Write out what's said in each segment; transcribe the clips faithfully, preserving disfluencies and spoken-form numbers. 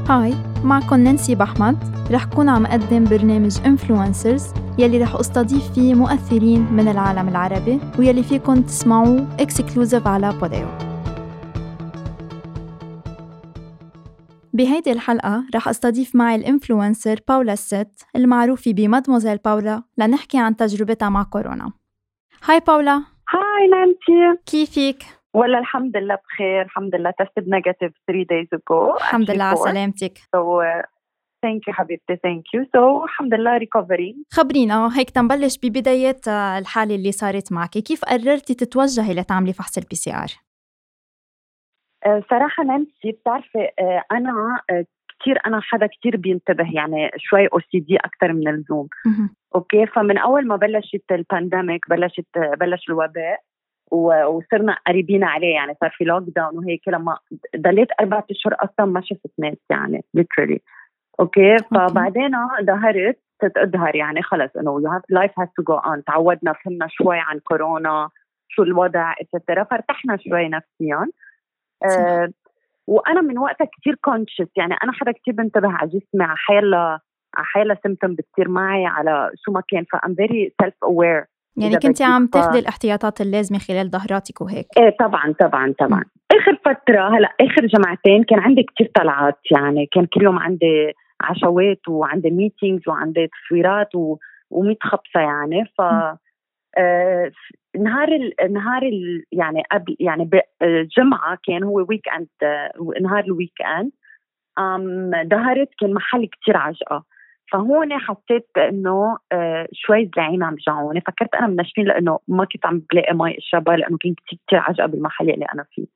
هاي، معكم نانسي بحمد. رح كون عم أقدم برنامج إنفلونسرز يلي رح أستضيف فيه مؤثرين من العالم العربي ويلي فيكن تسمعوه إكسكلوزيف على بوديو. بهيدي الحلقة رح أستضيف معي الإنفلونسر باولا الست المعروفة بمادموزيل باولا لنحكي عن تجربتها مع كورونا. هاي باولا. هاي نانسي، كيفك؟ والله الحمد لله بخير، الحمد لله tested negative three days ago. الحمد لله على سلامتك. So uh, thank you حبيبتي thank you. So الحمد لله recovering. خبرينا هيك تنبلش ببداية الحالة اللي صارت معك، كيف قررتي تتوجهي لتعملي فحص البي سي آر؟ uh, صراحة نانسي بتعرفي uh, أنا uh, كتير أنا حدا كتير بينتبه، يعني شوي أو سي دي أكتر من اللزوم. أوكي، فمن أول ما بلشت البانديميك بلشت بلش الوباء وصرنا قريبين عليه، يعني صار في لوك داون وهيك، لما ضليت أربعة أشهر أصلا ما شفت ناس يعني literally. أوكي، فبعدين ظهرت تظهر يعني خلص إنه you have life has to go on. تعودنا، فهمنا شوي عن كورونا شو الوضع إتسترا، فارتحنا شوي نفسيا. أه وأنا من وقتها كتير conscious، يعني أنا حدا كتير بنتبه على جسمي، على حيلا على حيلا سيمتوم بتصير معي على شو ما كان، فأم very self aware. يعني كنتي عم تاخدي الاحتياطات اللازمة خلال ظهراتك وهيك؟ ايه طبعا طبعا طبعا. م. اخر فترة هلا اخر جمعتين كان عندي كتير طلعات، يعني كان كل يوم عندي عشوات وعندي ميتينجز وعندي تصويرات و... وميت خبصة يعني. ف آه نهار ال... نهار ال... يعني قبل يعني الجمعة كان هو ويك اند، آه نهار الويك اند ام ظهرت كان محل كتير عجقة، فهون حسيت انه آه شوي زعيم عم بجعوني. فكرت انا منشفين لانه ما كنت عم بلاقي مي اشربها لانه كان كتير كتير عجقة بالمحل اللي انا فيه.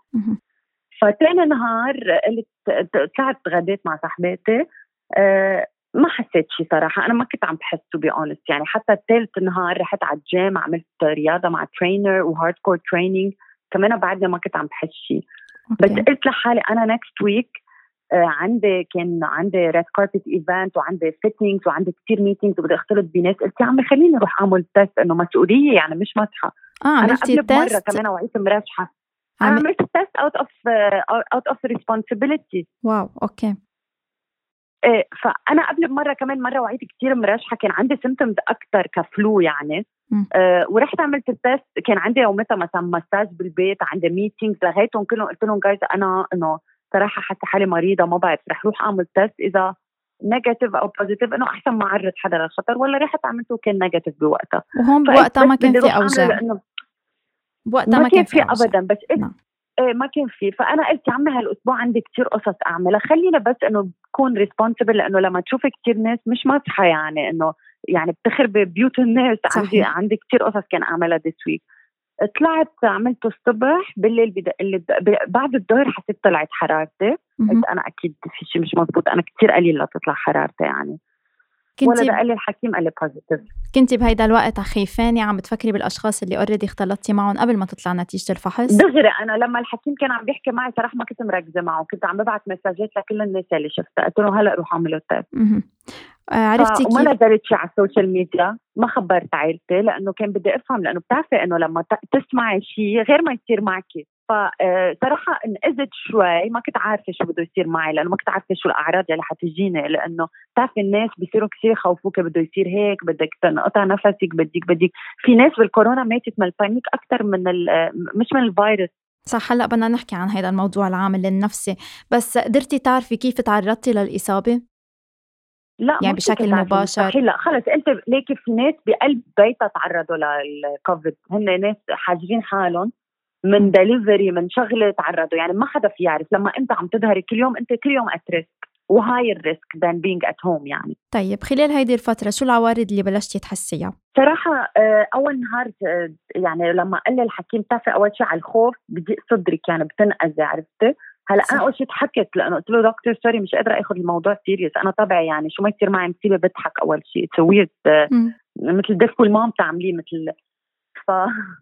فتاني نهار قلت طلعت غديت مع صاحباتي، آه ما حسيت شي صراحة، أنا ما كنت عم بحس to be honest. يعني حتى الثالث نهار رحت على الجيم، عملت رياضة مع ترينر وهاردكور تريننج كمان، بعدني ما كنت عم بحس شي. بس قلت لحالي أنا next week آه عندي كان عندي ريد كاربت ايفنت وعندي فيتنجز وعندي كتير ميتينجز وبدي اختلط بناس. قلت يا عمي خليني اروح اعمل تيست، انه مسؤوليه يعني مش مسحه. اه انا عملتي قبل تيست؟ مره كمان وعيت مرشحه. انا عملت تيست اوت اوف اوت اوف ريسبونسبيلتي. واو اوكي. إيه، فانا قبل بمره كمان مره وعيت كتير مرشحه، كان عندي سيمبتومز اكتر كفلو يعني. أه ورحت عملت التيست، كان عندي يومتها مثلا مساج بالبيت، عندي ميتينجز، لغايتهم كلهم قلت لهم جايز انا انه صراحة حتى حالي مريضة ما بعرف، رح روح أعمل تيست إذا نيجاتيف أو بوزيتيف، إنه أحسن ما أعرض حدا للخطر، ولا رحت عملته كان نيجاتيف بوقتها. وهم بوقتها ما كان في أوجاع، بوقتها ما كان في أبدا، بس إيه إيه ما كان في. فأنا قلت يا عمي هالأسبوع عندي كتير قصص أعملها، خلينا بس إنه بكون ريسبونسبل، لأنه لما تشوفي كتير ناس مش مسحة يعني إنه يعني بتخرب بيوت الناس. عندي عندي كتير قصص كان أعملها this week. طلعت عملته الصبح، بالليل بد... اللي بعد الظهر حسيت طلعت حرارتي. قلت أنا أكيد في شيء مش مزبوط، أنا كتير قليل لا تطلع حرارتي يعني. ولا ده قال لي الحكيم قال لي بوزيتيف. كنتي بهيدا الوقت خيفانة عم بتفكري بالأشخاص اللي أوريدي اختلطتي معهم قبل ما تطلع نتيجة الفحص؟ دغري أنا لما الحكيم كان عم بيحكي معي صراحة ما كنت مركزة معه، كنت عم ببعت مساجات لكل الناس اللي شفتها، قلت له هلأ روح أعملوا التست. عرفتي كيف؟ وما نزلت شيء على السوشيال ميديا، ما خبرت عائلتي لأنه كان بدي أفهم، لأنه بتعرفي إنه لما تسمعي شيء غير ما يصير معك. فصراحة انقذت شوي، ما كنت عارفة شو بده يصير معي لأنه ما كنت عارفة شو الأعراض اللي حتجيني، لأنه بتعرفي الناس بيصيروا كثير خوفوك، بده يصير هيك، بدك تنقطع نفسك، بدك بدك في ناس بالكورونا ماتت من البانيك أكتر من مش من الفيروس. صح. هلأ بدنا نحكي عن هذا الموضوع العامل النفسي، بس قدرتي تعرفي كيف تعرضتي للإصابة؟ لا يعني بشكل مباشر؟ لا خلص، انت ليك في ناس بقلب بيتها تعرضوا للكوفيد، هن ناس حاجرين حالهم من دليفري من شغله تعرضوا، يعني ما حدا في يعرف. لما انت عم تظهري كل يوم، انت كل يوم ات ريسك، وهاي الريسك than being at home يعني. طيب خلال هيدي الفترة شو العوارض اللي بلشتي تحسيها؟ صراحة أول نهار يعني لما قال لي الحكيم تعرفي أول شيء على الخوف بضيق صدرك، يعني بتنقذي، عرفتي؟ هلا أنا أول شيء ضحكت لأنه قلت له دكتور سوري مش قادرة أخذ الموضوع سيريس، أنا طبعي يعني شو ما يصير معي مصيبة بضحك أول شيء تسويت مثل دفكوا المام تعمليه مثل. ف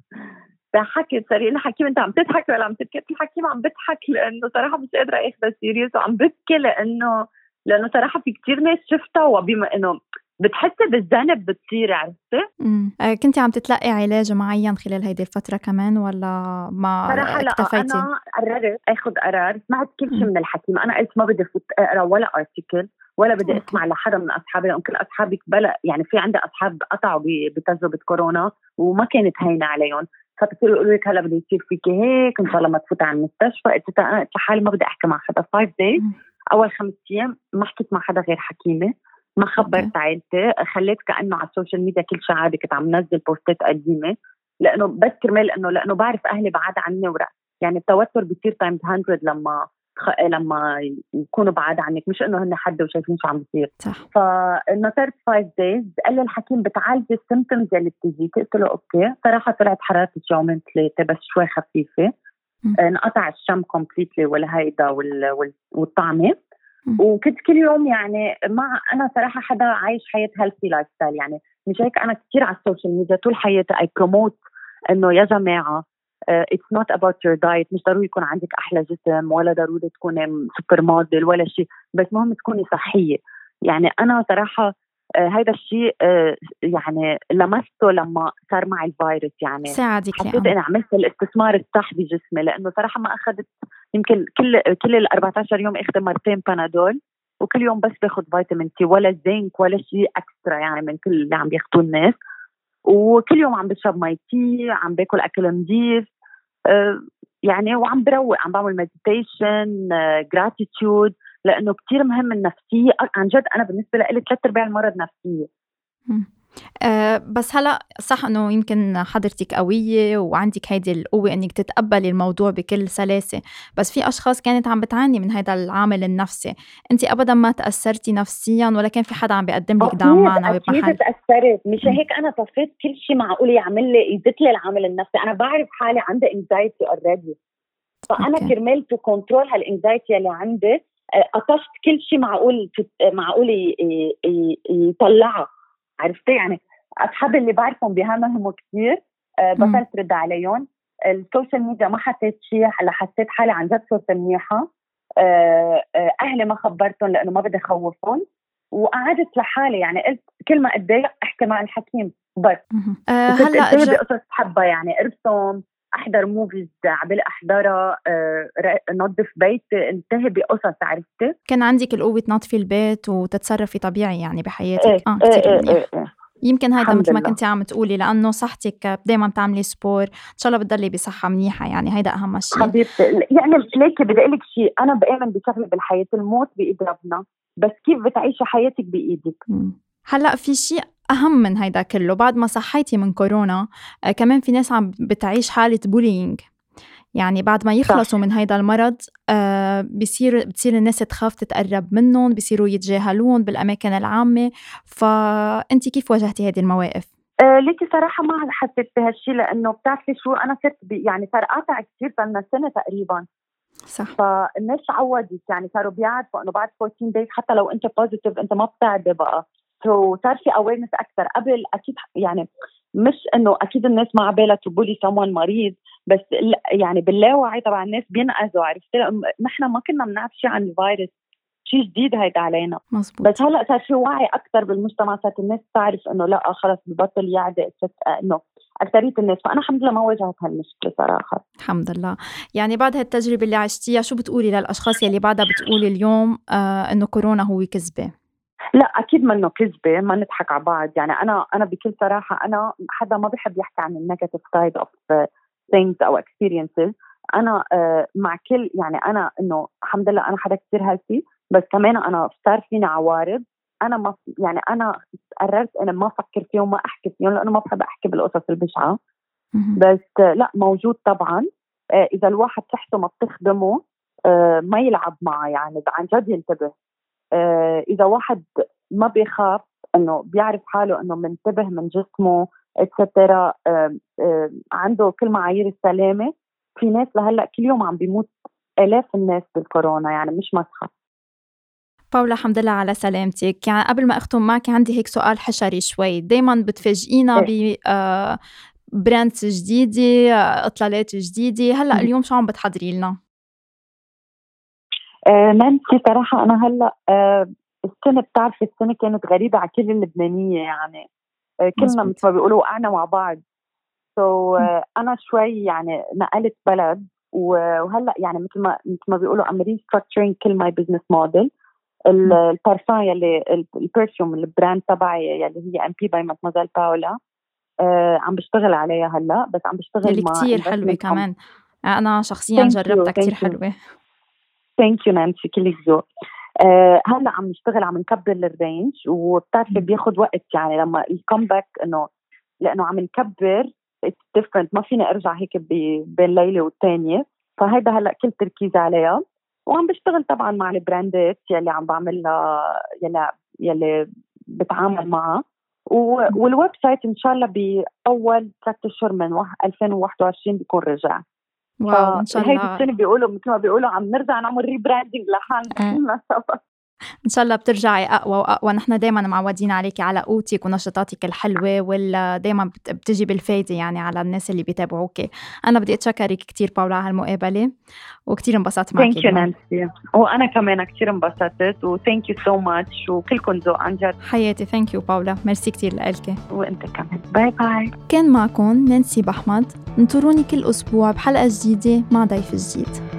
ضحكت صار لي الحكيم أنت عم تضحك ولا عم تبكي؟ الحكيم عم بضحك لأنه صراحة مش قادرة أخذها سيريس، وعم ببكي لأنه لأنه صراحة في كتير ناس شفتها وبما إنه بتحسي بالذنب بتصير، عرفتي؟ امم كنتي عم تتلقي علاج معين خلال هيدي الفترة كمان ولا ما صراحة لا، اكتفيتي؟ أنا قررت اخذ قرار، سمعت كل شيء من الحكيم. انا قلت ما بدي فوت اقرا ولا ارتيكل ولا بدي اسمع لحدا من اصحابي، لان كل اصحابي بلا يعني في عندي اصحاب قطعوا بتجربه كورونا وما كانت هينه عليهم، فبصيروا يقولوا لك هلا بده يصير فيكي هيك ان شاء الله ما تفوت على المستشفى. قلت انا قلت لحالي ما بدي احكي مع حدا. فايف دايز اول خمس ايام ما حكيت مع حدا غير حكيمه، ما خبرت عائلتي، خليت كانه على السوشيال ميديا كل شيء عادي، كنت عم نزل بوستات قديمه لانه بس كرمال انه لانه بعرف اهلي بعاد عني ورا يعني التوتر بيصير تايمز مية لما خ... لما يكونوا بعاد عنك، مش انه هن حد وشايفين شو عم بيصير. فنطرت فايف دايز، قال لي الحكيم بتعالجي السيمبتومز اللي بتجي. قلت له اوكي. صراحه طلعت حرارتي يومين ثلاثه بس شوي خفيفه، انقطع الشم كومبليتلي ولا هيدا وال... وال... والطعمه، وكنت كل يوم يعني مع أنا صراحة حدا عايش حياة healthy لايف ستايل، يعني مش هيك أنا كتير على السوشيال ميديا طول حياتي I promote إنه يا جماعة uh, it's not about your diet، مش ضروري يكون عندك أحلى جسم ولا ضروري تكوني سوبر موديل ولا شيء، بس مهم تكوني صحية. يعني أنا صراحة هذا uh, الشيء uh, يعني لمسته لما صار معي الفيروس، يعني ساعدك حسيت أنا عملت الاستثمار الصح بجسمي، لأنه صراحة ما أخذت يمكن كل كل ال أربعة عشر يوم اخذ مرتين بانادول، وكل يوم بس باخذ فيتامين سي ولا زنك ولا شيء اكسترا يعني من كل اللي عم ياخذوه الناس، وكل يوم عم بشرب مي تي، عم باكل اكل نظيف آه يعني، وعم بروق، عم بعمل مديتيشن جراتيتيود آه لانه كتير مهم النفسيه. عن جد انا بالنسبه لي ثلاث ارباع المرض نفسيه. أه بس هلأ صح أنه يمكن حضرتك قوية وعندك هيدي القوة أنك تتقبلي الموضوع بكل سلاسة، بس في أشخاص كانت عم بتعاني من هذا العامل النفسي. أنت أبدا ما تأثرتي نفسيا ولا كان في حدا عم بيقدم لك دعم معنوي بمحل؟ أكيد تأثرت، مش هيك أنا طفيت كل شيء معقول يعمل لي يزيد لي العامل النفسي. أنا بعرف حالي عندي انكزايتي أوريدي، فأنا كرمال تو كنترول هالانكزايتي اللي عندي قطشت كل شيء معقول معقول يطلعها. عرفتي يعني أصحابي اللي بعرفهم بهمهم كتير أه بطلت رد عليهم. السوشيال ميديا ما حسيت شيء، هلا حسيت حالي عن جد صرت منيحة. أه أه أهلي ما خبرتهم لأنه ما بدي خوفهم، وقعدت لحالي يعني قلت كل ما أتضايق أحكي مع الحكيم بس. أه هلا أنتبه بقصص حبة يعني، ارسم، أحضر موفيز عبالي أحضرها، أه نظف بيتي، انتهي بقصص. عرفتي كان عندك القوة تنظفي البيت وتتصرفي طبيعي يعني بحياتك. إيه آه كتير إيه منيح. إيه إيه. يمكن هيدا مثل ما كنتي عم تقولي لأنه صحتك دايما تعملي سبور، إن شاء الله بتضلي بصحة منيحة، يعني هيدا أهم شيء حبيبتي. يعني ليكي بدي أقولك شيء، أنا بآمن بشغلة بالحياة، الموت بإيد ربنا، بس كيف بتعيشي حياتك بإيدك. هلأ في شيء أهم من هيدا كله، بعد ما صحيتي من كورونا آه كمان في ناس عم بتعيش حالة بولينج، يعني بعد ما يخلصوا صح. من هيدا المرض آه بيصير بتصير الناس تخاف تتقرب منهم، بيصيروا يتجاهلون بالأماكن العامة. فأنت كيف واجهتي هذه المواقف؟ آه ليكي صراحة ما حسيت بهالشي، لأنه بتعرفي شو، أنا صرت يعني صار قاطع كتير، صار سنة تقريبا صح. فالناس عودت، يعني صاروا بيعرفوا إنه بعد فورتين دايز حتى لو أنت بوزيتيف أنت ما بتعدي بقى. سو صار في أويرنس أكثر. قبل أكيد يعني مش إنه أكيد الناس ما عبالها تبولي سمون مريض، بس يعني باللاوعي طبعا الناس بينقذوا. عرفتي نحن ما كنا بنعرف شيء عن الفيروس، شيء جديد هيدا علينا. مزبوط. بس هلا صار في وعي اكثر بالمجتمع، صارت الناس تعرف انه لا خلص ببطل يعدي انه اكثريه الناس. فانا الحمد لله ما واجهت هالمشكله صراحه. الحمد لله. يعني بعد هالتجربه اللي عشتيها شو بتقولي للاشخاص يلي بعدها بتقولي اليوم آه انه كورونا هو كذبه؟ لا اكيد منه كذبه، ما نضحك على بعض. يعني انا انا بكل صراحه انا حدا ما بحب يحكي عن النيجاتيف سايد اوف ثينجز او اكسبيرينسز. انا آه مع كل يعني انا انه الحمد لله انا حدا كثير هيلثي، بس كمان انا صار فيني عوارض انا ما يعني انا قررت انا ما افكر فيهم ما احكي فيهم لانه ما بحب احكي بالقصص البشعه. بس آه لا موجود طبعا. آه اذا الواحد صحته ما بتخدمه آه ما يلعب معه، يعني عن جد ينتبه. آه إذا واحد ما بيخاف إنه بيعرف حاله إنه منتبه من جسمه إتسترا آه آه عنده كل معايير السلامة. في ناس لهلأ كل يوم عم بيموت آلاف الناس بالكورونا، يعني مش مسخة. باولا الحمد لله على سلامتك. يعني قبل ما أختم معك عندي هيك سؤال حشري شوي، دايما بتفاجئينا ب آه براندز جديدة، إطلالات جديدة. هلأ اليوم شو عم بتحضري لنا؟ آه نانسي صراحة أنا هلأ آه السنة بتعرف السنة كانت غريبة على كل اللبنانية، يعني آه كلنا مثل ما بيقولوا وقعنا مع بعض. سو so, آه أنا شوي يعني نقلت بلد وهلا يعني مثل ما مثل ما بيقولوا I'm restructuring كل my business model. البارفان يلي البرفيوم البراند تبعي يلي هي ام بي باي مادموزيل باولا آه عم بشتغل عليها هلا، بس عم بشتغل يلي مع كتير حلوة كمان. أنا شخصيا Thank جربتها you, كتير thank you. حلوة. ثانك يو نانسي، كلك ذوق. آه هلا عم نشتغل عم نكبر الرينج، وبتعرفي بياخد وقت يعني لما الكومباك انه لانه عم نكبر it's different، ما فيني ارجع هيك بين ليله والثانيه، فهيدا هلا كل تركيزي عليها. وعم بشتغل طبعا مع البراندات يلي عم بعملها يلي يلي بتعامل معها، والويب سايت ان شاء الله باول ثلاث اشهر من ألفين وواحد وعشرين بيكون رجع. واو ان شاء الله. هيدي السنه بيقولوا مثل ما بيقولوا عم نرجع نعمل ريبراندنج لحالنا. ان شاء الله بترجعي اقوى واقوى. نحن دائما معودين عليكي على قوتك ونشاطاتك الحلوه، ولا دائما بتجي بالفايده يعني على الناس اللي بيتابعوكي. انا بدي اتشكرك كثير باولا على هالمقابله، وكثير انبسطت معك. ثانك يو نانسي، وانا كمان كثير انبسطت، وثانك يو سو ماتش، وكلكم ذوق عن جد حياتي. ثانك يو باولا، ميرسي كثير لك. وانت كمان، باي باي. كان معكم نانسي بحمد، انطروني كل اسبوع بحلقه جديده مع ضيف جديد.